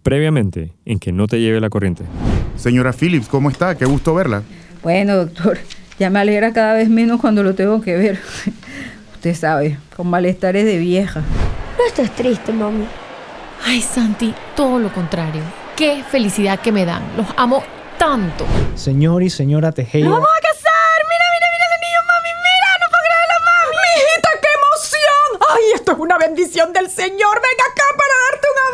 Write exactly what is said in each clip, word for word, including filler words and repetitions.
Previamente, en Que no te lleve la corriente. Señora Phillips, ¿cómo está? Qué gusto verla. Bueno, doctor, ya me alegra cada vez menos cuando lo tengo que ver. Usted sabe, con malestares de vieja. No estés triste, mami. Ay, Santi, todo lo contrario. Qué felicidad que me dan. Los amo tanto. Señor y señora Tejeda. ¡Nos vamos a casar! ¡Mira, mira, mira el anillo, mami! ¡Mira! ¡No puedo creerlo, mami! ¡Mijita, qué emoción! ¡Ay, esto es una bendición del Señor! ¡Ven acá para darte un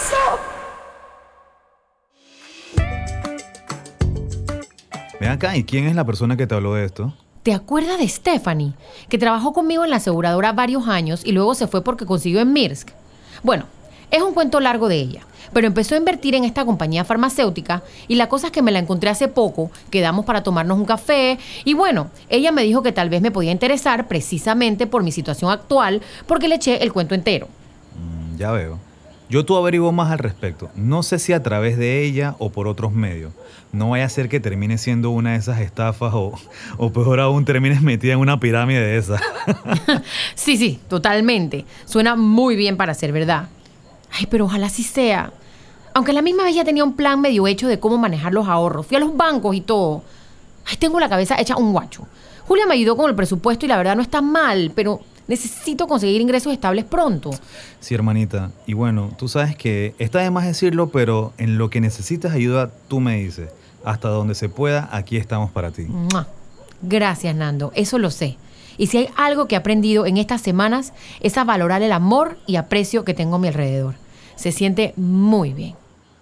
abrazo! Ven acá, ¿y quién es la persona que te habló de esto? ¿Te acuerdas de Stephanie? Que trabajó conmigo en la aseguradora varios años y luego se fue porque consiguió en Mirsk. Bueno, es un cuento largo de ella, pero empezó a invertir en esta compañía farmacéutica y la cosa es que me la encontré hace poco, quedamos para tomarnos un café y bueno, ella me dijo que tal vez me podía interesar precisamente por mi situación actual porque le eché el cuento entero. Mm, ya veo. Yo tú averiguo más al respecto. No sé si a través de ella o por otros medios. No vaya a ser que termine siendo una de esas estafas o, o peor aún, termines metida en una pirámide de esas. Sí, sí, totalmente. Suena muy bien para ser verdad. Ay, pero ojalá sí sea. Aunque la misma vez ya tenía un plan medio hecho de cómo manejar los ahorros. Fui a los bancos y todo. Ay, tengo la cabeza hecha un guacho. Julia me ayudó con el presupuesto y la verdad no está mal, pero necesito conseguir ingresos estables pronto. Sí, hermanita. Y bueno, tú sabes que está de más decirlo, pero en lo que necesitas ayuda, tú me dices. Hasta donde se pueda, aquí estamos para ti. ¡Mua! Gracias, Nando. Eso lo sé. Y si hay algo que he aprendido en estas semanas, es a valorar el amor y aprecio que tengo a mi alrededor. Se siente muy bien.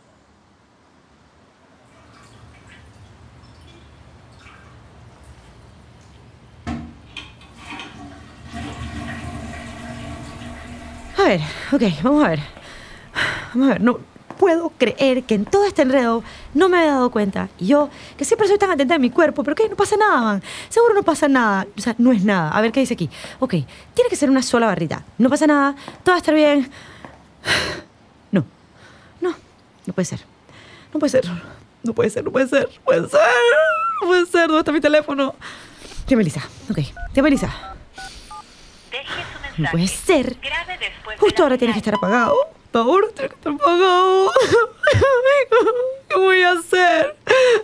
A ver, ok, vamos a ver. Vamos a ver, no puedo creer que en todo este enredo no me había dado cuenta. Y yo, que siempre soy tan atenta a mi cuerpo, pero que no pasa nada, man. Seguro no pasa nada. O sea, no es nada. A ver qué dice aquí. Ok, tiene que ser una sola barrita. No pasa nada, todo va a estar bien. No, no, no puede ser. No puede ser. No puede ser, no puede ser. No puede ser. No puede ser. ¿Dónde está mi teléfono? Tía Melissa. Ok, tía Melissa. No puede ser. Justo ahora tiene que estar apagado. Ahora tiene que estar apagado. ¿Qué voy a hacer?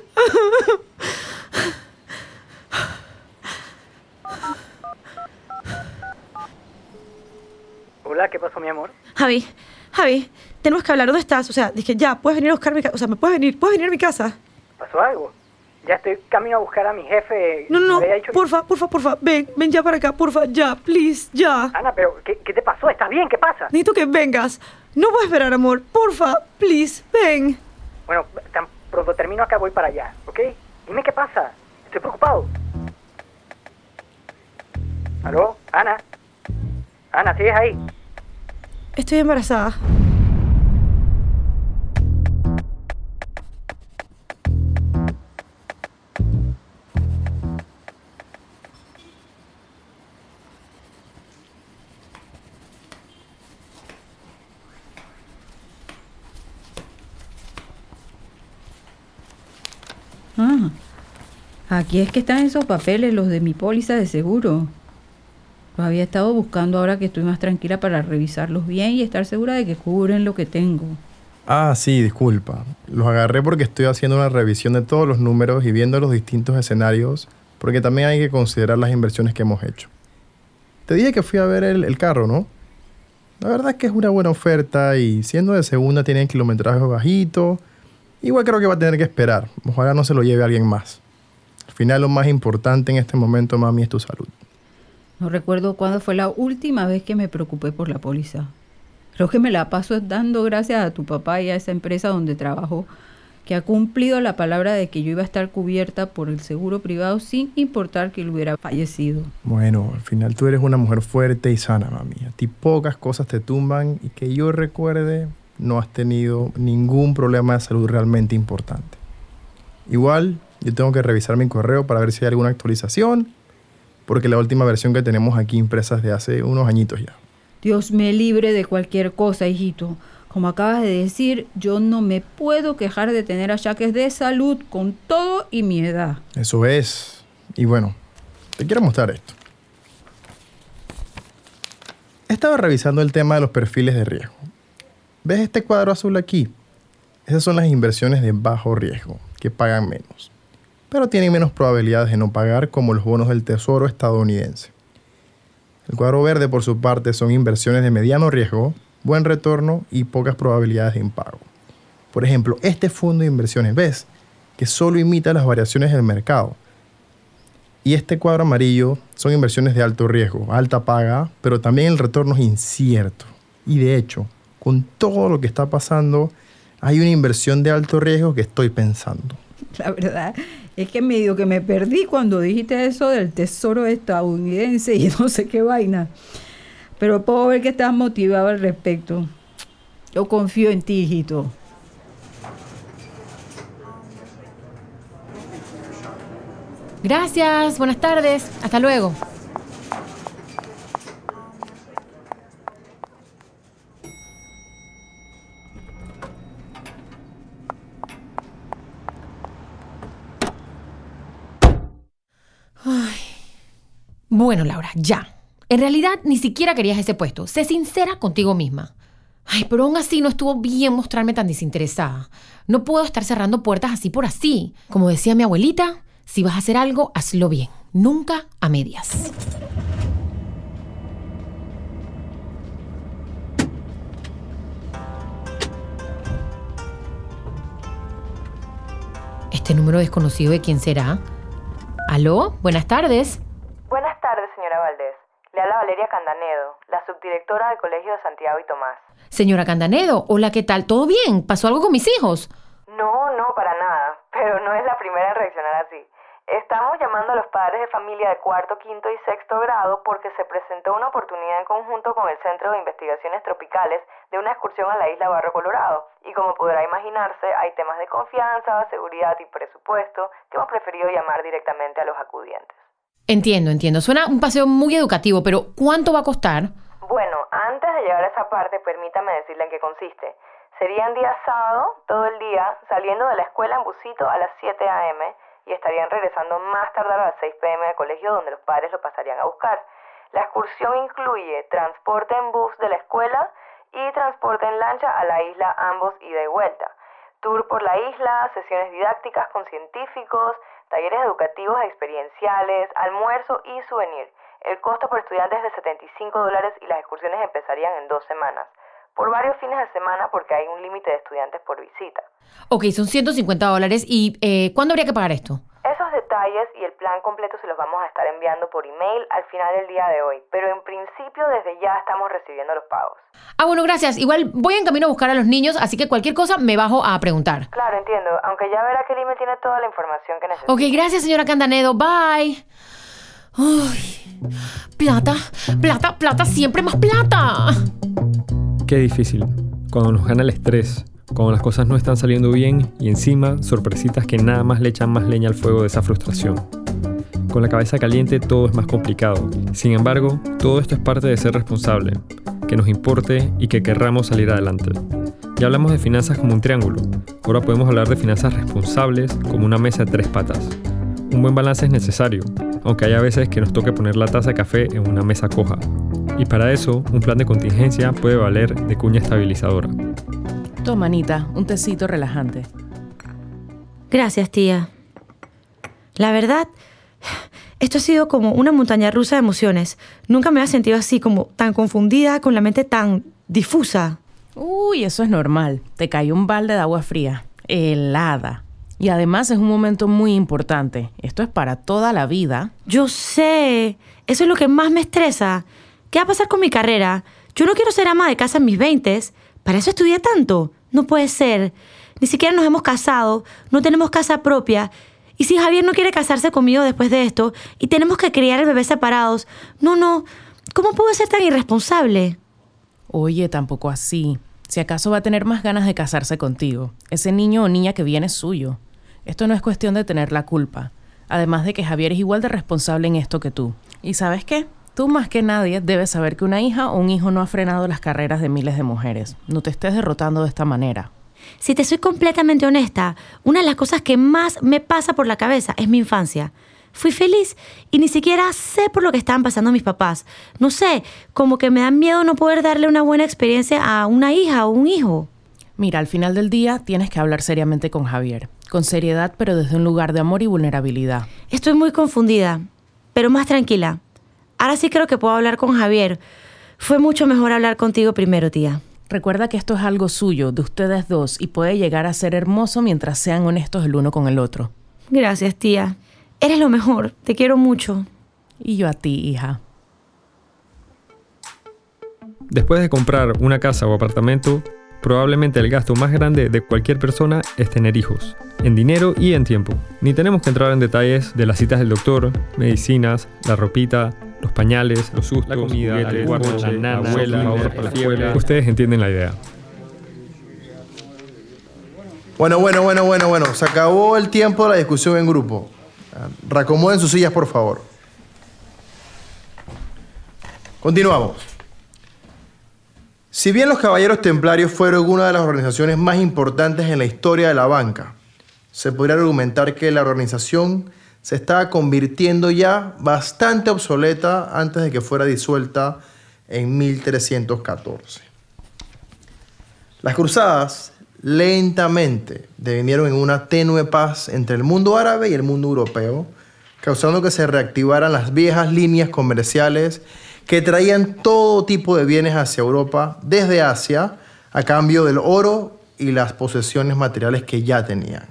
Hola, ¿qué pasó, mi amor? Javi, Javi, tenemos que hablar. ¿Dónde estás? O sea, dije, ya, puedes venir a buscar mi casa. O sea, ¿me puedes venir? ¿Puedes venir a mi casa? ¿Pasó algo? Ya estoy camino a buscar a mi jefe. No, no, no, dicho porfa, que... porfa, porfa, ven, ven ya para acá, porfa, ya, please, ya. Ana, pero, ¿qué, qué te pasó? ¿Estás bien? ¿Qué pasa? Necesito que vengas. No puedo esperar, amor, porfa, please, ven. Bueno, tan pronto termino acá, voy para allá, ¿ok? Dime qué pasa, estoy preocupado. ¿Aló? Ana. Ana, ¿sigues ahí? Estoy embarazada. Ah, aquí es que están esos papeles, los de mi póliza de seguro. Los había estado buscando ahora que estoy más tranquila para revisarlos bien y estar segura de que cubren lo que tengo. Ah, sí, disculpa. Los agarré porque estoy haciendo una revisión de todos los números y viendo los distintos escenarios, porque también hay que considerar las inversiones que hemos hecho. Te dije que fui a ver el, el carro, ¿no? La verdad es que es una buena oferta y siendo de segunda tiene kilometraje bajito. Igual creo que va a tener que esperar. Ojalá no se lo lleve a alguien más. Al final lo más importante en este momento, mami, es tu salud. No recuerdo cuándo fue la última vez que me preocupé por la póliza. Creo que me la paso dando gracias a tu papá y a esa empresa donde trabajo, que ha cumplido la palabra de que yo iba a estar cubierta por el seguro privado sin importar que él hubiera fallecido. Bueno, al final tú eres una mujer fuerte y sana, mami. A ti pocas cosas te tumban y que yo recuerde, no has tenido ningún problema de salud realmente importante. Igual, yo tengo que revisar mi correo para ver si hay alguna actualización, porque la última versión que tenemos aquí impresa es de hace unos añitos ya. Dios me libre de cualquier cosa, hijito. Como acabas de decir, yo no me puedo quejar de tener achaques de salud con todo y mi edad. Eso es. Y bueno, te quiero mostrar esto. He estado revisando el tema de los perfiles de riesgo. ¿Ves este cuadro azul aquí? Esas son las inversiones de bajo riesgo, que pagan menos, pero tienen menos probabilidades de no pagar, como los bonos del Tesoro estadounidense. El cuadro verde, por su parte, son inversiones de mediano riesgo, buen retorno y pocas probabilidades de impago. Por ejemplo, este fondo de inversiones, ¿ves? Que solo imita las variaciones del mercado. Y este cuadro amarillo son inversiones de alto riesgo, alta paga, pero también el retorno es incierto. Y de hecho, con todo lo que está pasando, hay una inversión de alto riesgo que estoy pensando. La verdad es que medio que me perdí cuando dijiste eso del Tesoro estadounidense y no sé qué vaina. Pero puedo ver que estás motivado al respecto. Yo confío en ti, hijito. Gracias, buenas tardes. Hasta luego. Ay. Bueno, Laura, ya. En realidad ni siquiera querías ese puesto. Sé sincera contigo misma. Ay, pero aún así no estuvo bien mostrarme tan desinteresada. No puedo estar cerrando puertas así por así. Como decía mi abuelita, si vas a hacer algo, hazlo bien. Nunca a medias. Este número desconocido, ¿de quién será? ¿Aló? Buenas tardes. Buenas tardes, señora Valdés. Le habla Valeria Candanedo, la subdirectora del Colegio de Santiago y Tomás. Señora Candanedo, hola, ¿qué tal? ¿Todo bien? ¿Pasó algo con mis hijos? No, no, para nada. Pero no es la primera en reaccionar así. Estamos llamando a los padres de familia de cuarto, quinto y sexto grado porque se presentó una oportunidad en conjunto con el Centro de Investigaciones Tropicales de una excursión a la isla Barro Colorado. Y como podrá imaginarse, hay temas de confianza, seguridad y presupuesto que hemos preferido llamar directamente a los acudientes. Entiendo, entiendo. Suena un paseo muy educativo, pero ¿cuánto va a costar? Bueno, antes de llegar a esa parte, permítame decirle en qué consiste. Serían días sábado, todo el día, saliendo de la escuela en busito a las siete a eme y estarían regresando más tardar a las seis pe eme al colegio, donde los padres lo pasarían a buscar. La excursión incluye transporte en bus de la escuela y transporte en lancha a la isla, ambos ida y vuelta. Tour por la isla, sesiones didácticas con científicos, talleres educativos e experienciales, almuerzo y souvenir. El costo por estudiante es de setenta y cinco dólares y las excursiones empezarían en dos semanas. Por varios fines de semana porque hay un límite de estudiantes por visita. Ok, son ciento cincuenta dólares. ¿Y eh, cuándo habría que pagar esto? Esos detalles y el plan completo se los vamos a estar enviando por email al final del día de hoy. Pero en principio desde ya estamos recibiendo los pagos. Ah, bueno, gracias. Igual voy en camino a buscar a los niños, así que cualquier cosa me bajo a preguntar. Claro, entiendo. Aunque ya verá que el email tiene toda la información que necesita. Ok, gracias, señora Candanedo. Bye. Uy, plata, plata, plata, siempre más plata. Qué difícil. Cuando nos gana el estrés, cuando las cosas no están saliendo bien y encima sorpresitas que nada más le echan más leña al fuego de esa frustración. Con la cabeza caliente todo es más complicado. Sin embargo, todo esto es parte de ser responsable, que nos importe y que querramos salir adelante. Ya hablamos de finanzas como un triángulo. Ahora podemos hablar de finanzas responsables como una mesa de tres patas. Un buen balance es necesario, aunque haya veces que nos toque poner la taza de café en una mesa coja. Y para eso, un plan de contingencia puede valer de cuña estabilizadora. Toma, Anita, un tecito relajante. Gracias, tía. La verdad, esto ha sido como una montaña rusa de emociones. Nunca me había sentido así, como tan confundida, con la mente tan difusa. Uy, eso es normal. Te cayó un balde de agua fría, helada. Y además es un momento muy importante. Esto es para toda la vida. Yo sé. Eso es lo que más me estresa. ¿Qué va a pasar con mi carrera? Yo no quiero ser ama de casa en mis veintes. ¿Para eso estudié tanto? No puede ser. Ni siquiera nos hemos casado. No tenemos casa propia. Y si Javier no quiere casarse conmigo después de esto y tenemos que criar al bebé separados. No, no. ¿Cómo puedo ser tan irresponsable? Oye, tampoco así. Si acaso va a tener más ganas de casarse contigo. Ese niño o niña que viene es suyo. Esto no es cuestión de tener la culpa. Además de que Javier es igual de responsable en esto que tú. ¿Y sabes qué? Tú más que nadie debes saber que una hija o un hijo no ha frenado las carreras de miles de mujeres. No te estés derrotando de esta manera. Si te soy completamente honesta, una de las cosas que más me pasa por la cabeza es mi infancia. Fui feliz y ni siquiera sé por lo que estaban pasando mis papás. No sé, como que me da miedo no poder darle una buena experiencia a una hija o un hijo. Mira, al final del día tienes que hablar seriamente con Javier. Con seriedad, pero desde un lugar de amor y vulnerabilidad. Estoy muy confundida, pero más tranquila. Ahora sí creo que puedo hablar con Javier. Fue mucho mejor hablar contigo primero, tía. Recuerda que esto es algo suyo, de ustedes dos, y puede llegar a ser hermoso mientras sean honestos el uno con el otro. Gracias, tía. Eres lo mejor. Te quiero mucho. Y yo a ti, hija. Después de comprar una casa o apartamento, probablemente el gasto más grande de cualquier persona es tener hijos, en dinero y en tiempo. Ni tenemos que entrar en detalles de las citas del doctor, medicinas, la ropita, los pañales, los sustos, la comida, el cuarto, la nana, la abuela, la ahorro para la fiebre. Ustedes entienden la idea. Bueno, bueno, bueno, bueno, bueno. Se acabó el tiempo de la discusión en grupo. Reacomoden sus sillas, por favor. Continuamos. Si bien los Caballeros Templarios fueron una de las organizaciones más importantes en la historia de la banca, se podría argumentar que la organización se estaba convirtiendo ya bastante obsoleta antes de que fuera disuelta en mil trescientos catorce. Las cruzadas lentamente devinieron en una tenue paz entre el mundo árabe y el mundo europeo, causando que se reactivaran las viejas líneas comerciales que traían todo tipo de bienes hacia Europa desde Asia a cambio del oro y las posesiones materiales que ya tenían.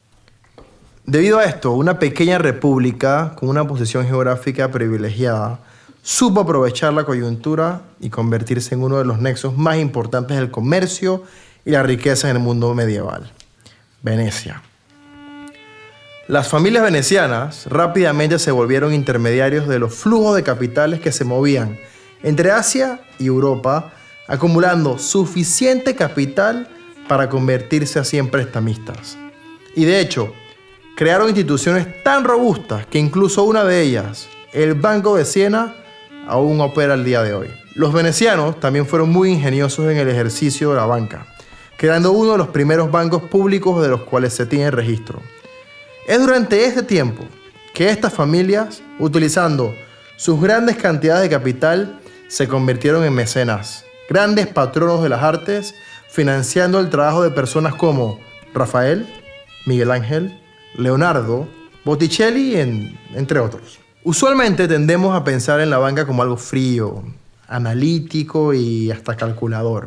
Debido a esto, una pequeña república con una posición geográfica privilegiada supo aprovechar la coyuntura y convertirse en uno de los nexos más importantes del comercio y la riqueza en el mundo medieval: Venecia. Las familias venecianas rápidamente se volvieron intermediarios de los flujos de capitales que se movían entre Asia y Europa, acumulando suficiente capital para convertirse así en prestamistas. Y de hecho, crearon instituciones tan robustas que incluso una de ellas, el Banco de Siena, aún opera al día de hoy. Los venecianos también fueron muy ingeniosos en el ejercicio de la banca, creando uno de los primeros bancos públicos de los cuales se tiene registro. Es durante este tiempo que estas familias, utilizando sus grandes cantidades de capital, se convirtieron en mecenas, grandes patronos de las artes, financiando el trabajo de personas como Rafael, Miguel Ángel, Leonardo, Botticelli, en, entre otros. Usualmente tendemos a pensar en la banca como algo frío, analítico y hasta calculador.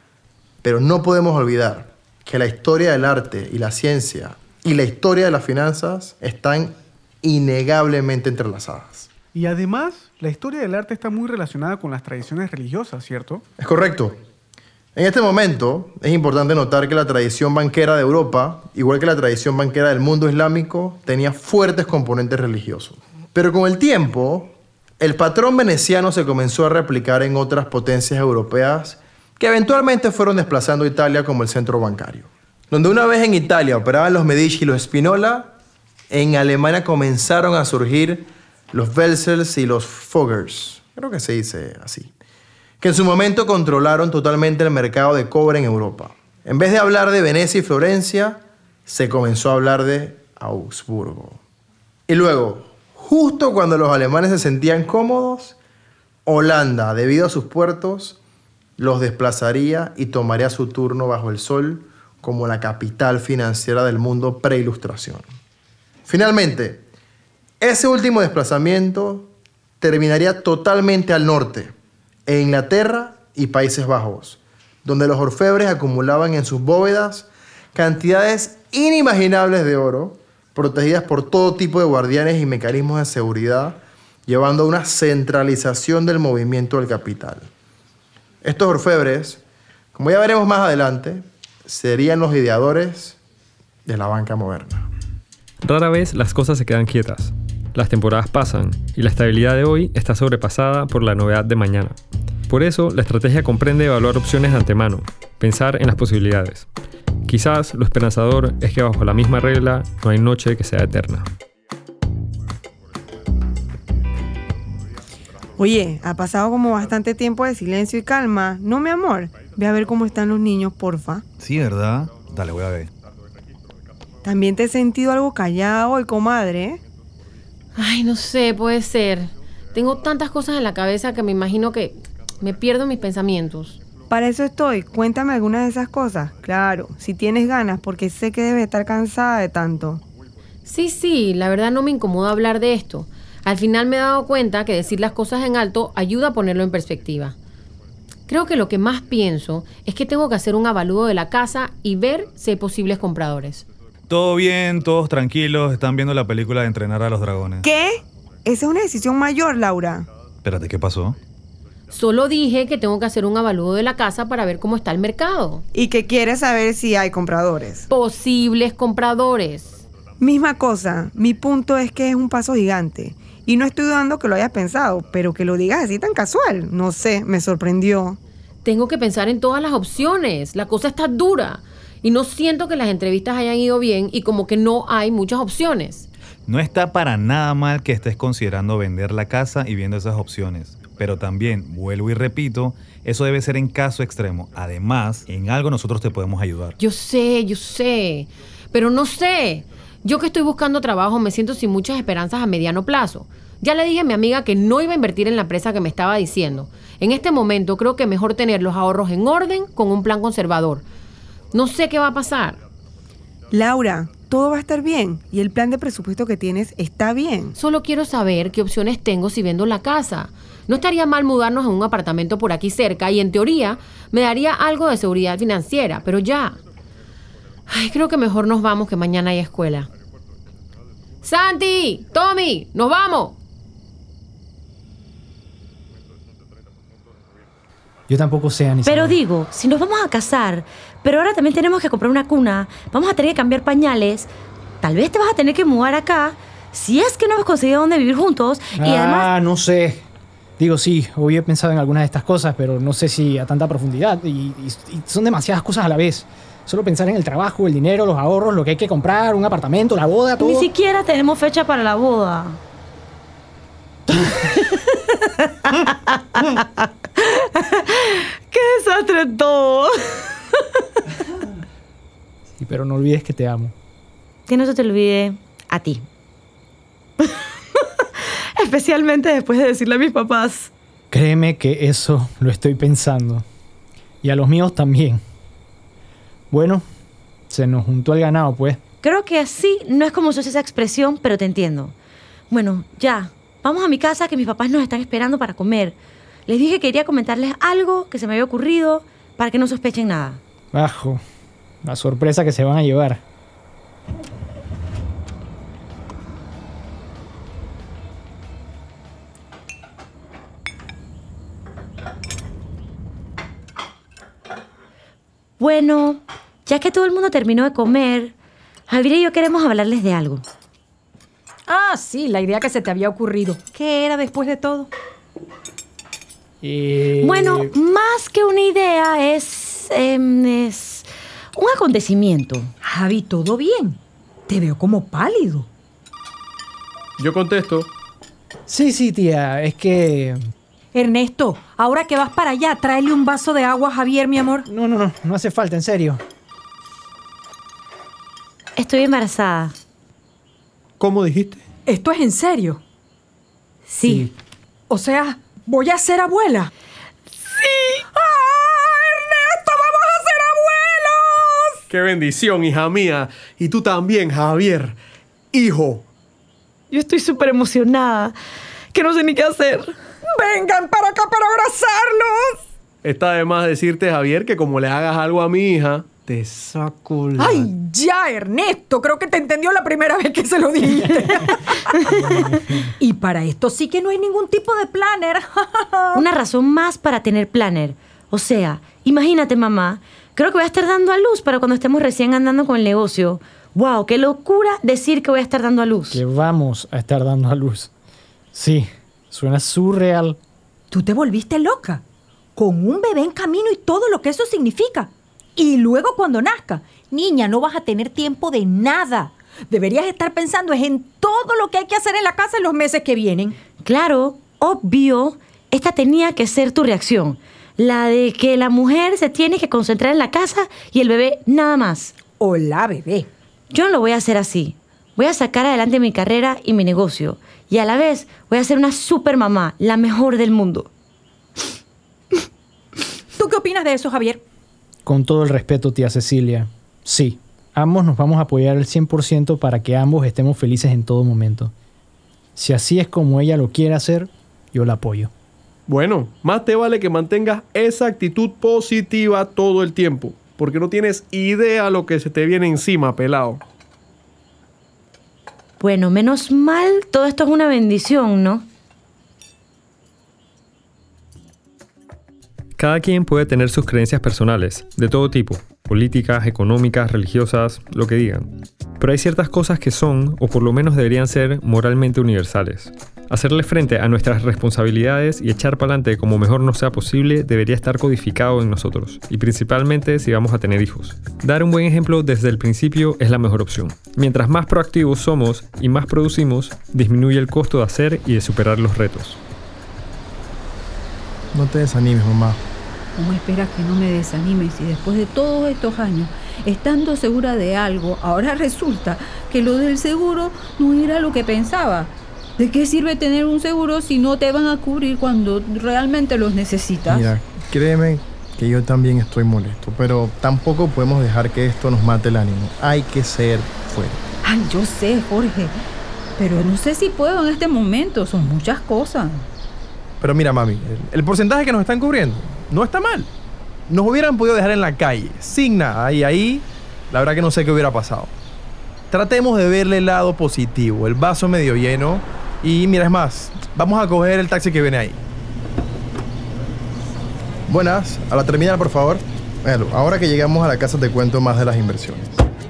Pero no podemos olvidar que la historia del arte y la ciencia y la historia de las finanzas están innegablemente entrelazadas. Y además, la historia del arte está muy relacionada con las tradiciones religiosas, ¿cierto? Es correcto. En este momento, es importante notar que la tradición banquera de Europa, igual que la tradición banquera del mundo islámico, tenía fuertes componentes religiosos. Pero con el tiempo, el patrón veneciano se comenzó a replicar en otras potencias europeas que eventualmente fueron desplazando a Italia como el centro bancario. Donde una vez en Italia operaban los Medici y los Spinola, en Alemania comenzaron a surgir los Welsels y los Foggers, creo que se dice así, que en su momento controlaron totalmente el mercado de cobre en Europa. En vez de hablar de Venecia y Florencia, se comenzó a hablar de Augsburgo. Y luego, justo cuando los alemanes se sentían cómodos, Holanda, debido a sus puertos, los desplazaría y tomaría su turno bajo el sol como la capital financiera del mundo pre-ilustración. Finalmente, ese último desplazamiento terminaría totalmente al norte, en Inglaterra y Países Bajos, donde los orfebres acumulaban en sus bóvedas cantidades inimaginables de oro, protegidas por todo tipo de guardianes y mecanismos de seguridad, llevando a una centralización del movimiento del capital. Estos orfebres, como ya veremos más adelante, serían los ideadores de la banca moderna. Rara vez las cosas se quedan quietas. Las temporadas pasan y la estabilidad de hoy está sobrepasada por la novedad de mañana. Por eso, la estrategia comprende evaluar opciones de antemano, pensar en las posibilidades. Quizás lo esperanzador es que bajo la misma regla no hay noche que sea eterna. Oye, ha pasado como bastante tiempo de silencio y calma. ¿No, mi amor? Ve a ver cómo están los niños, porfa. Sí, ¿verdad? Dale, voy a ver. También te he sentido algo callado hoy, comadre, ¿eh? Ay, no sé, puede ser. Tengo tantas cosas en la cabeza que me imagino que me pierdo mis pensamientos. Para eso estoy. Cuéntame alguna de esas cosas. Claro, si tienes ganas, porque sé que debes estar cansada de tanto. Sí, sí, la verdad no me incomoda hablar de esto. Al final me he dado cuenta que decir las cosas en alto ayuda a ponerlo en perspectiva. Creo que lo que más pienso es que tengo que hacer un avalúo de la casa y ver si hay posibles compradores. Todo bien, todos tranquilos, están viendo la película de Entrenar a los Dragones. ¿Qué? Esa es una decisión mayor, Laura. Espérate, ¿qué pasó? Solo dije que tengo que hacer un avalúo de la casa para ver cómo está el mercado. Y que quieres saber si hay compradores. Posibles compradores. Misma cosa. Mi punto es que es un paso gigante. Y no estoy dudando que lo hayas pensado, pero que lo digas así tan casual. No sé, me sorprendió. Tengo que pensar en todas las opciones. La cosa está dura. Y no siento que las entrevistas hayan ido bien y como que no hay muchas opciones. No está para nada mal que estés considerando vender la casa y viendo esas opciones. Pero también, vuelvo y repito, eso debe ser en caso extremo. Además, en algo nosotros te podemos ayudar. Yo sé, yo sé. Pero no sé. Yo que estoy buscando trabajo me siento sin muchas esperanzas a mediano plazo. Ya le dije a mi amiga que no iba a invertir en la empresa que me estaba diciendo. En este momento creo que mejor tener los ahorros en orden con un plan conservador. No sé qué va a pasar. Laura, todo va a estar bien y el plan de presupuesto que tienes está bien. Solo quiero saber qué opciones tengo si vendo la casa. No estaría mal mudarnos a un apartamento por aquí cerca y en teoría me daría algo de seguridad financiera, pero ya. Ay, creo que mejor nos vamos que mañana hay escuela. ¡Santi! ¡Tommy! ¡Nos vamos! Yo tampoco sé, Anis. Pero digo, si nos vamos a casar, pero ahora también tenemos que comprar una cuna, vamos a tener que cambiar pañales, tal vez te vas a tener que mudar acá, si es que no hemos conseguido dónde vivir juntos, y ah, además... Ah, no sé. Digo, sí, hoy he pensado en algunas de estas cosas, pero no sé si a tanta profundidad. Y, y, y son demasiadas cosas a la vez. Solo pensar en el trabajo, el dinero, los ahorros, lo que hay que comprar, un apartamento, la boda, todo. Ni siquiera tenemos fecha para la boda. ¡Qué desastre todo! Sí, pero no olvides que te amo. Que no se te olvide a ti. Especialmente después de decirle a mis papás. Créeme que eso lo estoy pensando. Y a los míos también. Bueno, se nos juntó el ganado, pues. Creo que así no es como se usa esa expresión, pero te entiendo. Bueno, ya. Vamos a mi casa que mis papás nos están esperando para comer. Les dije que quería comentarles algo que se me había ocurrido para que no sospechen nada. Bajo. La sorpresa que se van a llevar. Bueno, ya que todo el mundo terminó de comer, Javier y yo queremos hablarles de algo. Ah, sí, la idea que se te había ocurrido. ¿Qué era después de todo? Eh... Bueno, más que una idea, es, eh, es un acontecimiento. Javi, ¿todo bien? Te veo como pálido. Yo contesto. Sí, sí, tía, es que... Ernesto, ahora que vas para allá, tráele un vaso de agua a Javier, mi amor. No, no, no, no hace falta, en serio. Estoy embarazada. ¿Cómo dijiste? ¿Esto es en serio? Sí. sí. O sea, ¿voy a ser abuela? ¡Sí! ¡Ah, Ernesto, vamos a ser abuelos! ¡Qué bendición, hija mía! Y tú también, Javier. Hijo. Yo estoy súper emocionada, que no sé ni qué hacer. ¡Vengan para acá para abrazarlos! Está de más decirte, Javier, que como le hagas algo a mi hija, te saco la... ¡Ay, ya, Ernesto! Creo que te entendió la primera vez que se lo dijiste. Y para esto sí que no hay ningún tipo de planner. Una razón más para tener planner. O sea, imagínate, mamá. Creo que voy a estar dando a luz para cuando estemos recién andando con el negocio. ¡Wow! ¡Qué locura decir que voy a estar dando a luz! Que vamos a estar dando a luz. Sí, suena surreal. Tú te volviste loca. Con un bebé en camino y todo lo que eso significa. Y luego cuando nazca, niña, no vas a tener tiempo de nada. Deberías estar pensando en todo lo que hay que hacer en la casa en los meses que vienen. Claro, obvio. Esta tenía que ser tu reacción. La de que la mujer se tiene que concentrar en la casa y el bebé nada más. O la bebé. Yo no lo voy a hacer así. Voy a sacar adelante mi carrera y mi negocio. Y a la vez voy a ser una super mamá, la mejor del mundo. ¿Tú qué opinas de eso, Javier? Con todo el respeto, tía Cecilia, sí, ambos nos vamos a apoyar al cien por ciento para que ambos estemos felices en todo momento. Si así es como ella lo quiere hacer, yo la apoyo. Bueno, más te vale que mantengas esa actitud positiva todo el tiempo, porque no tienes idea lo que se te viene encima, pelado. Bueno, menos mal, todo esto es una bendición, ¿no? Cada quien puede tener sus creencias personales, de todo tipo, políticas, económicas, religiosas, lo que digan. Pero hay ciertas cosas que son, o por lo menos deberían ser, moralmente universales. Hacerle frente a nuestras responsabilidades y echar para adelante como mejor nos sea posible debería estar codificado en nosotros, y principalmente si vamos a tener hijos. Dar un buen ejemplo desde el principio es la mejor opción. Mientras más proactivos somos y más producimos, disminuye el costo de hacer y de superar los retos. No te desanimes, mamá. ¿Cómo esperas que no me desanime si después de todos estos años, estando segura de algo, ahora resulta que lo del seguro no era lo que pensaba? ¿De qué sirve tener un seguro si no te van a cubrir cuando realmente los necesitas? Mira, créeme que yo también estoy molesto, pero tampoco podemos dejar que esto nos mate el ánimo. Hay que ser fuerte. Ay, yo sé, Jorge, pero no sé si puedo en este momento. Son muchas cosas. Pero mira, mami, el, el porcentaje que nos están cubriendo no está mal. Nos hubieran podido dejar en la calle, sin nada, y ahí la verdad que no sé qué hubiera pasado. Tratemos de verle el lado positivo, el vaso medio lleno, y mira, es más, vamos a coger el taxi que viene ahí. Buenas, a la terminal, por favor. Bueno, ahora que llegamos a la casa te cuento más de las inversiones.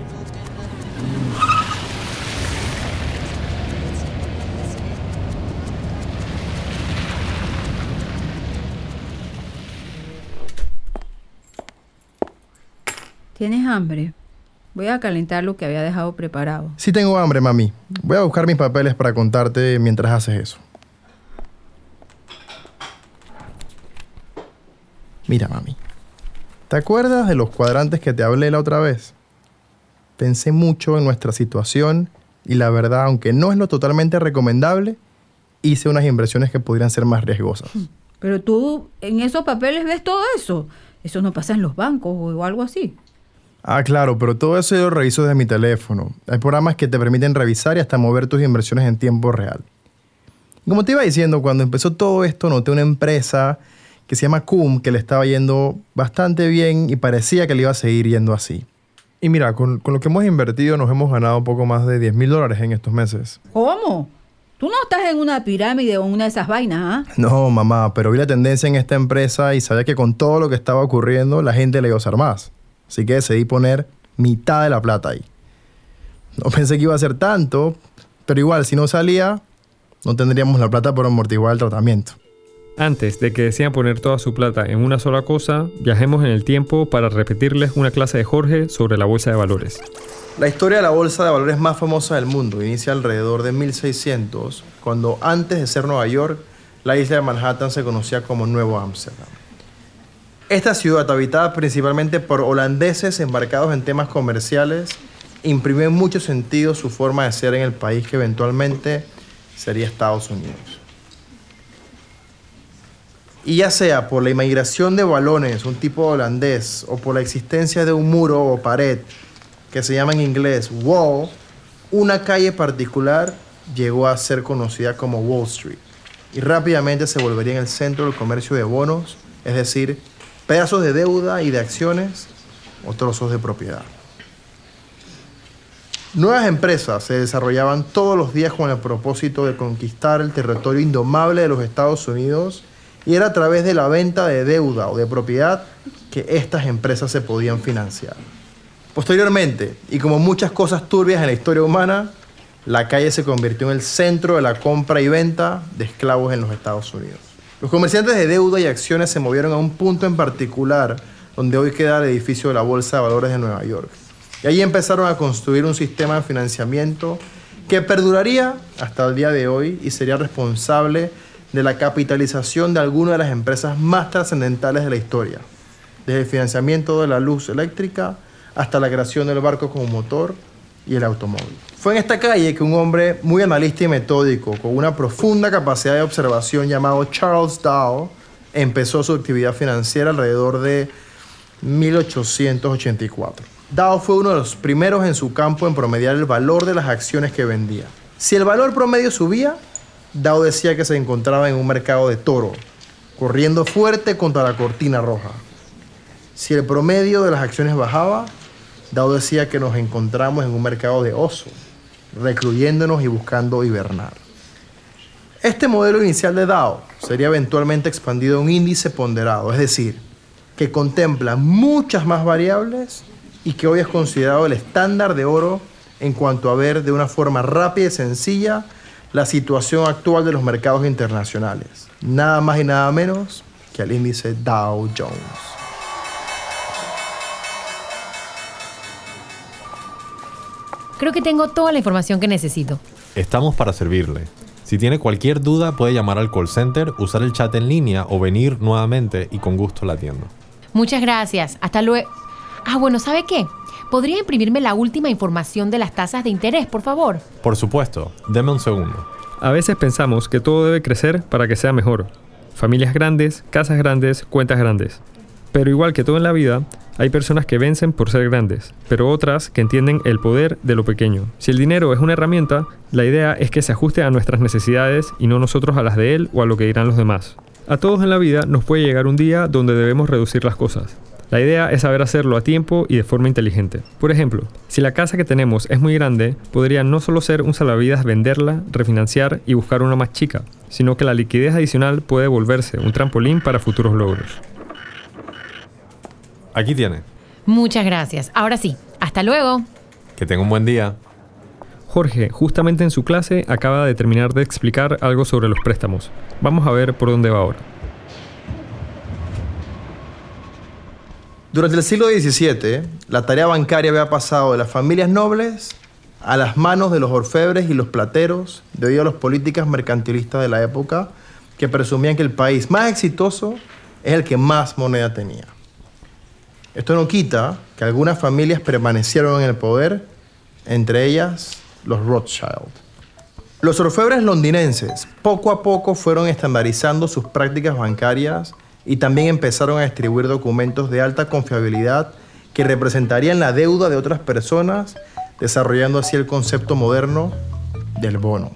¿Tienes hambre? Voy a calentar lo que había dejado preparado. Sí tengo hambre, mami. Voy a buscar mis papeles para contarte mientras haces eso. Mira, mami. ¿Te acuerdas de los cuadrantes que te hablé la otra vez? Pensé mucho en nuestra situación y la verdad, aunque no es lo totalmente recomendable, hice unas inversiones que podrían ser más riesgosas. Pero tú en esos papeles ves todo eso. Eso no pasa en los bancos o algo así. Ah, claro, pero todo eso yo lo reviso desde mi teléfono. Hay programas que te permiten revisar y hasta mover tus inversiones en tiempo real. Y como te iba diciendo, cuando empezó todo esto, noté una empresa que se llama Cum, que le estaba yendo bastante bien y parecía que le iba a seguir yendo así. Y mira, con, con lo que hemos invertido nos hemos ganado un poco más de diez mil dólares en estos meses. ¿Cómo? Tú no estás en una pirámide o en una de esas vainas, ¿ah? No, mamá, pero vi la tendencia en esta empresa y sabía que con todo lo que estaba ocurriendo, la gente le iba a usar más. Así que decidí poner mitad de la plata ahí. No pensé que iba a ser tanto, pero igual, si no salía, no tendríamos la plata para amortiguar el tratamiento. Antes de que decidan poner toda su plata en una sola cosa, viajemos en el tiempo para repetirles una clase de Jorge sobre la bolsa de valores. La historia de la bolsa de valores más famosa del mundo inicia alrededor de mil seiscientos, cuando antes de ser Nueva York, la isla de Manhattan se conocía como Nuevo Ámsterdam. Esta ciudad, habitada principalmente por holandeses embarcados en temas comerciales, imprimió en mucho sentido su forma de ser en el país que eventualmente sería Estados Unidos. Y ya sea por la inmigración de balones, un tipo holandés, o por la existencia de un muro o pared, que se llama en inglés wall, una calle particular llegó a ser conocida como Wall Street y rápidamente se volvería en el centro del comercio de bonos, es decir, pedazos de deuda y de acciones o trozos de propiedad. Nuevas empresas se desarrollaban todos los días con el propósito de conquistar el territorio indomable de los Estados Unidos y era a través de la venta de deuda o de propiedad que estas empresas se podían financiar. Posteriormente, y como muchas cosas turbias en la historia humana, la calle se convirtió en el centro de la compra y venta de esclavos en los Estados Unidos. Los comerciantes de deuda y acciones se movieron a un punto en particular donde hoy queda el edificio de la Bolsa de Valores de Nueva York. Y allí empezaron a construir un sistema de financiamiento que perduraría hasta el día de hoy y sería responsable de la capitalización de algunas de las empresas más trascendentales de la historia, desde el financiamiento de la luz eléctrica hasta la creación del barco como motor y el automóvil. Fue en esta calle que un hombre muy analista y metódico, con una profunda capacidad de observación llamado Charles Dow, empezó su actividad financiera alrededor de mil ochocientos ochenta y cuatro. Dow fue uno de los primeros en su campo en promediar el valor de las acciones que vendía. Si el valor promedio subía, Dow decía que se encontraba en un mercado de toro, corriendo fuerte contra la cortina roja. Si el promedio de las acciones bajaba, Dow decía que nos encontramos en un mercado de oso, recluyéndonos y buscando hibernar. Este modelo inicial de Dow sería eventualmente expandido a un índice ponderado, es decir, que contempla muchas más variables y que hoy es considerado el estándar de oro en cuanto a ver de una forma rápida y sencilla la situación actual de los mercados internacionales. Nada más y nada menos que el índice Dow Jones. Creo que tengo toda la información que necesito. Estamos para servirle. Si tiene cualquier duda, puede llamar al call center, usar el chat en línea o venir nuevamente y con gusto la atiendo. Muchas gracias. Hasta luego. Ah, bueno, ¿sabe qué? ¿Podría imprimirme la última información de las tasas de interés, por favor? Por supuesto. Deme un segundo. A veces pensamos que todo debe crecer para que sea mejor. Familias grandes, casas grandes, cuentas grandes. Pero igual que todo en la vida, hay personas que vencen por ser grandes, pero otras que entienden el poder de lo pequeño. Si el dinero es una herramienta, la idea es que se ajuste a nuestras necesidades y no nosotros a las de él o a lo que dirán los demás. A todos en la vida nos puede llegar un día donde debemos reducir las cosas. La idea es saber hacerlo a tiempo y de forma inteligente. Por ejemplo, si la casa que tenemos es muy grande, podría no solo ser un salvavidas venderla, refinanciar y buscar una más chica, sino que la liquidez adicional puede volverse un trampolín para futuros logros. Aquí tiene. Muchas gracias. Ahora sí, hasta luego. Que tenga un buen día. Jorge, justamente en su clase, acaba de terminar de explicar algo sobre los préstamos. Vamos a ver por dónde va ahora. Durante el siglo diecisiete, la tarea bancaria había pasado de las familias nobles a las manos de los orfebres y los plateros debido a las políticas mercantilistas de la época que presumían que el país más exitoso es el que más moneda tenía. Esto no quita que algunas familias permanecieron en el poder, entre ellas los Rothschild. Los orfebres londinenses poco a poco fueron estandarizando sus prácticas bancarias y también empezaron a distribuir documentos de alta confiabilidad que representarían la deuda de otras personas, desarrollando así el concepto moderno del bono.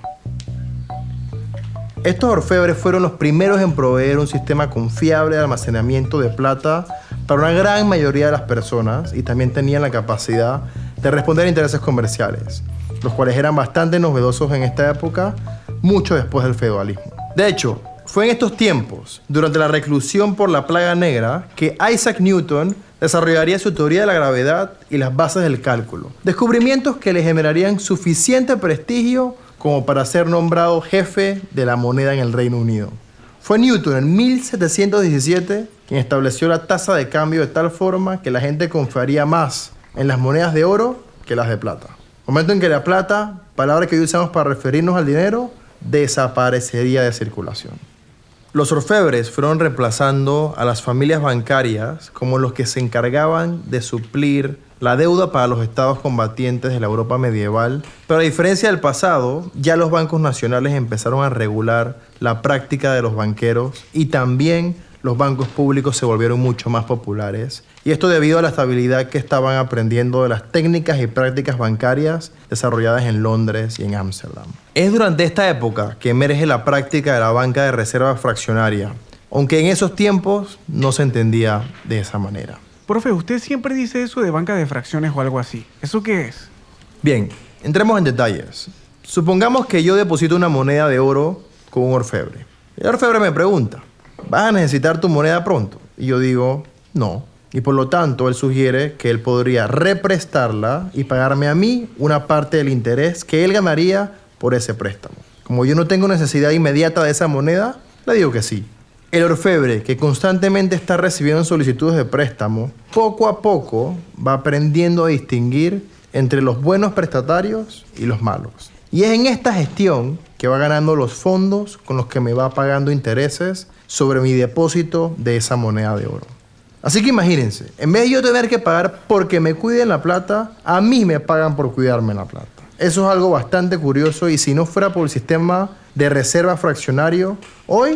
Estos orfebres fueron los primeros en proveer un sistema confiable de almacenamiento de plata para una gran mayoría de las personas y también tenían la capacidad de responder a intereses comerciales, los cuales eran bastante novedosos en esta época, mucho después del feudalismo. De hecho, fue en estos tiempos, durante la reclusión por la plaga negra, que Isaac Newton desarrollaría su teoría de la gravedad y las bases del cálculo. Descubrimientos que le generarían suficiente prestigio como para ser nombrado jefe de la moneda en el Reino Unido. Fue Newton en mil setecientos diecisiete quien estableció la tasa de cambio de tal forma que la gente confiaría más en las monedas de oro que las de plata. Momento en que la plata, palabra que hoy usamos para referirnos al dinero, desaparecería de circulación. Los orfebres fueron reemplazando a las familias bancarias como los que se encargaban de suplir la deuda para los estados combatientes de la Europa medieval, pero a diferencia del pasado, ya los bancos nacionales empezaron a regular la práctica de los banqueros y también los bancos públicos se volvieron mucho más populares. Y esto debido a la estabilidad que estaban aprendiendo de las técnicas y prácticas bancarias desarrolladas en Londres y en Ámsterdam. Es durante esta época que emerge la práctica de la banca de reserva fraccionaria, aunque en esos tiempos no se entendía de esa manera. Profe, usted siempre dice eso de banca de fracciones o algo así. ¿Eso qué es? Bien, entremos en detalles. Supongamos que yo deposito una moneda de oro con un orfebre. El orfebre me pregunta, ¿vas a necesitar tu moneda pronto? Y yo digo, no. Y por lo tanto, él sugiere que él podría represtarla y pagarme a mí una parte del interés que él ganaría por ese préstamo. Como yo no tengo necesidad inmediata de esa moneda, le digo que sí. El orfebre, que constantemente está recibiendo solicitudes de préstamo, poco a poco va aprendiendo a distinguir entre los buenos prestatarios y los malos. Y es en esta gestión que va ganando los fondos con los que me va pagando intereses sobre mi depósito de esa moneda de oro. Así que imagínense, en vez de yo tener que pagar porque me cuiden la plata, a mí me pagan por cuidarme la plata. Eso es algo bastante curioso y si no fuera por el sistema de reserva fraccionario, hoy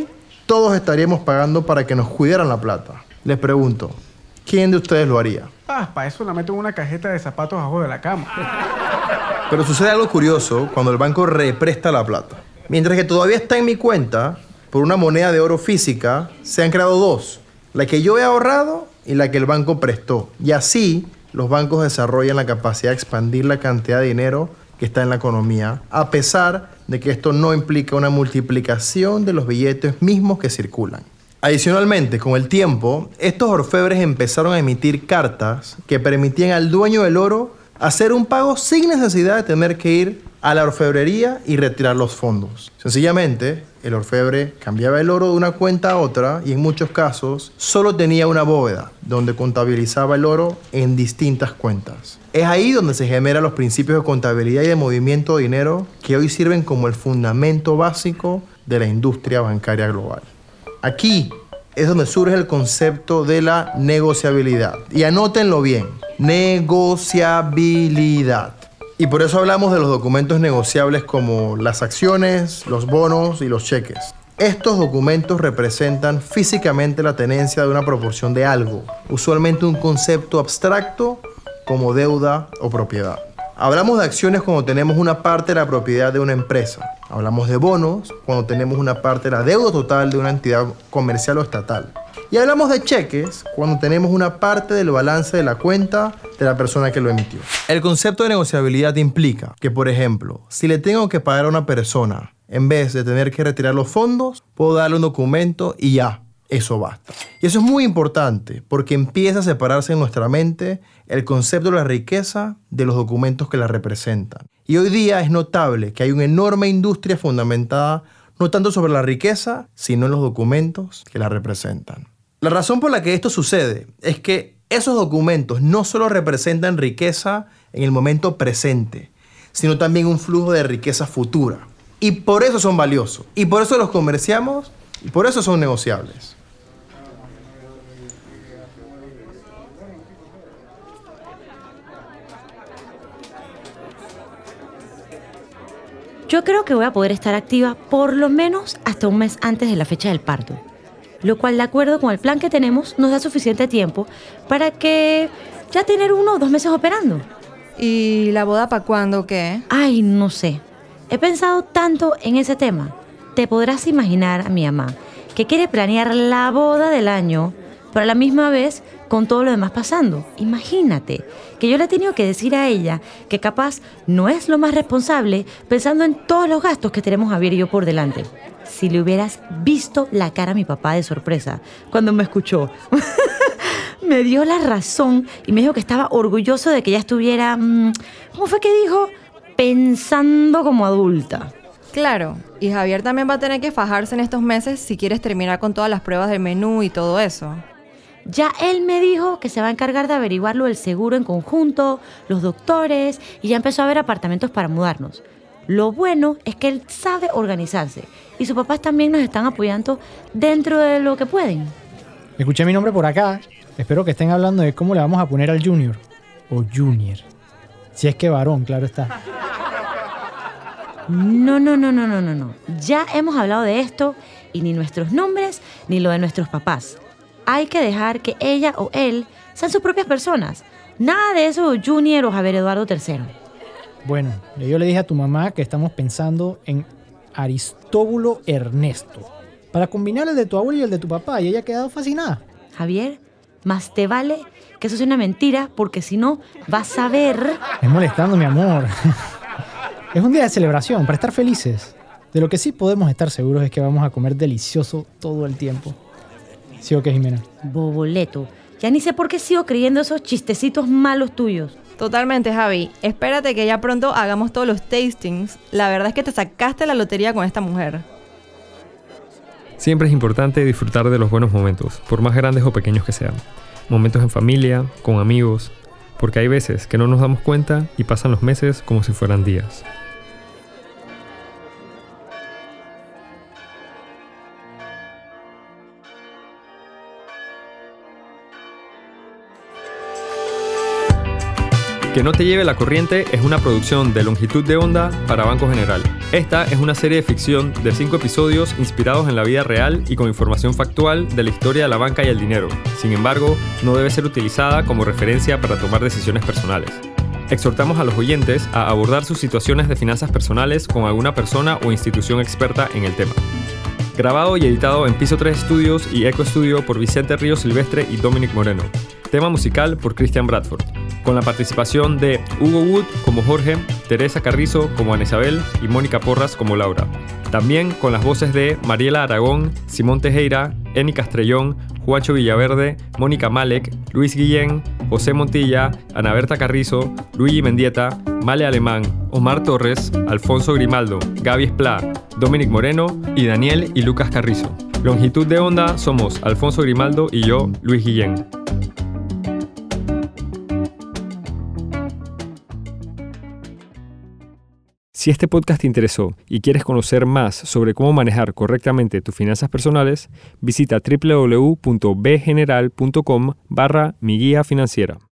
todos estaríamos pagando para que nos cuidaran la plata. Les pregunto, ¿quién de ustedes lo haría? Ah, para eso la meto en una cajeta de zapatos abajo de la cama. Pero sucede algo curioso cuando el banco represta la plata. Mientras que todavía está en mi cuenta, por una moneda de oro física, se han creado dos. La que yo he ahorrado y la que el banco prestó. Y así, los bancos desarrollan la capacidad de expandir la cantidad de dinero que está en la economía, a pesar de que esto no implica una multiplicación de los billetes mismos que circulan. Adicionalmente, con el tiempo, estos orfebres empezaron a emitir cartas que permitían al dueño del oro hacer un pago sin necesidad de tener que ir a la orfebrería y retirar los fondos. Sencillamente, el orfebre cambiaba el oro de una cuenta a otra y en muchos casos solo tenía una bóveda donde contabilizaba el oro en distintas cuentas. Es ahí donde se generan los principios de contabilidad y de movimiento de dinero que hoy sirven como el fundamento básico de la industria bancaria global. Aquí es donde surge el concepto de la negociabilidad. Y anótenlo bien, negociabilidad. Y por eso hablamos de los documentos negociables como las acciones, los bonos y los cheques. Estos documentos representan físicamente la tenencia de una proporción de algo, usualmente un concepto abstracto como deuda o propiedad. Hablamos de acciones cuando tenemos una parte de la propiedad de una empresa. Hablamos de bonos cuando tenemos una parte de la deuda total de una entidad comercial o estatal. Y hablamos de cheques cuando tenemos una parte del balance de la cuenta de la persona que lo emitió. El concepto de negociabilidad implica que, por ejemplo, si le tengo que pagar a una persona, en vez de tener que retirar los fondos, puedo darle un documento y ya, eso basta. Y eso es muy importante porque empieza a separarse en nuestra mente el concepto de la riqueza de los documentos que la representan. Y hoy día es notable que hay una enorme industria fundamentada no tanto sobre la riqueza, sino en los documentos que la representan. La razón por la que esto sucede es que esos documentos no solo representan riqueza en el momento presente, sino también un flujo de riqueza futura. Y por eso son valiosos, y por eso los comerciamos, y por eso son negociables. Yo creo que voy a poder estar activa por lo menos hasta un mes antes de la fecha del parto, lo cual, de acuerdo con el plan que tenemos, nos da suficiente tiempo para que ya tener uno o dos meses operando. ¿Y la boda para cuándo o qué? Ay, no sé. He pensado tanto en ese tema. Te podrás imaginar a mi mamá, que quiere planear la boda del año, pero a la misma vez con todo lo demás pasando. Imagínate que yo le he tenido que decir a ella que capaz no es lo más responsable pensando en todos los gastos que tenemos Javier y yo por delante. Si le hubieras visto la cara a mi papá de sorpresa cuando me escuchó. Me dio la razón y me dijo que estaba orgulloso de que ella estuviera, ¿cómo fue que dijo? Pensando como adulta. Claro, y Javier también va a tener que fajarse en estos meses si quieres terminar con todas las pruebas del menú y todo eso. Ya él me dijo que se va a encargar de averiguar lo del seguro en conjunto, los doctores, y ya empezó a ver apartamentos para mudarnos. Lo bueno es que él sabe organizarse y sus papás también nos están apoyando dentro de lo que pueden. Escuché mi nombre por acá. Espero que estén hablando de cómo le vamos a poner al Junior. O Junior. Si es que varón, claro está. No, no, no, no, no, no, no. Ya hemos hablado de esto y ni nuestros nombres ni lo de nuestros papás. Hay que dejar que ella o él sean sus propias personas. Nada de eso Junior o Javier Eduardo tercero. Bueno, yo le dije a tu mamá que estamos pensando en Aristóbulo Ernesto, para combinar el de tu abuelo y el de tu papá, y ella ha quedado fascinada. Javier, más te vale que eso sea una mentira, porque si no, vas a ver... Es molestando, mi amor. Es un día de celebración, para estar felices. De lo que sí podemos estar seguros es que vamos a comer delicioso todo el tiempo. ¿Sí o qué, Jimena? Boboleto, ya ni sé por qué sigo creyendo esos chistecitos malos tuyos. Totalmente, Javi. Espérate que ya pronto hagamos todos los tastings. La verdad es que te sacaste la lotería con esta mujer. Siempre es importante disfrutar de los buenos momentos, por más grandes o pequeños que sean. Momentos en familia, con amigos, porque hay veces que no nos damos cuenta y pasan los meses como si fueran días. Que no te lleve la corriente es una producción de Longitud de Onda para Banco General. Esta es una serie de ficción de cinco episodios inspirados en la vida real y con información factual de la historia de la banca y el dinero. Sin embargo, no debe ser utilizada como referencia para tomar decisiones personales. Exhortamos a los oyentes a abordar sus situaciones de finanzas personales con alguna persona o institución experta en el tema. Grabado y editado en Piso tres Studios y Eco Studio por Vicente Ríos Silvestre y Dominic Moreno. Tema musical por Christian Bradford. Con la participación de Hugo Wood como Jorge, Teresa Carrizo como Ana Isabel y Mónica Porras como Laura. También con las voces de Mariela Aragón, Simón Tejera, Eni Castrellón, Juancho Villaverde, Mónica Malek, Luis Guillén, José Montilla, Ana Berta Carrizo, Luigi Mendieta, Male Alemán, Omar Torres, Alfonso Grimaldo, Gaby Esplá, Dominic Moreno y Daniel y Lucas Carrizo. Longitud de Onda somos Alfonso Grimaldo y yo, Luis Guillén. Si este podcast te interesó y quieres conocer más sobre cómo manejar correctamente tus finanzas personales, visita doble u doble u doble u punto b general punto com barra mi guía financiera.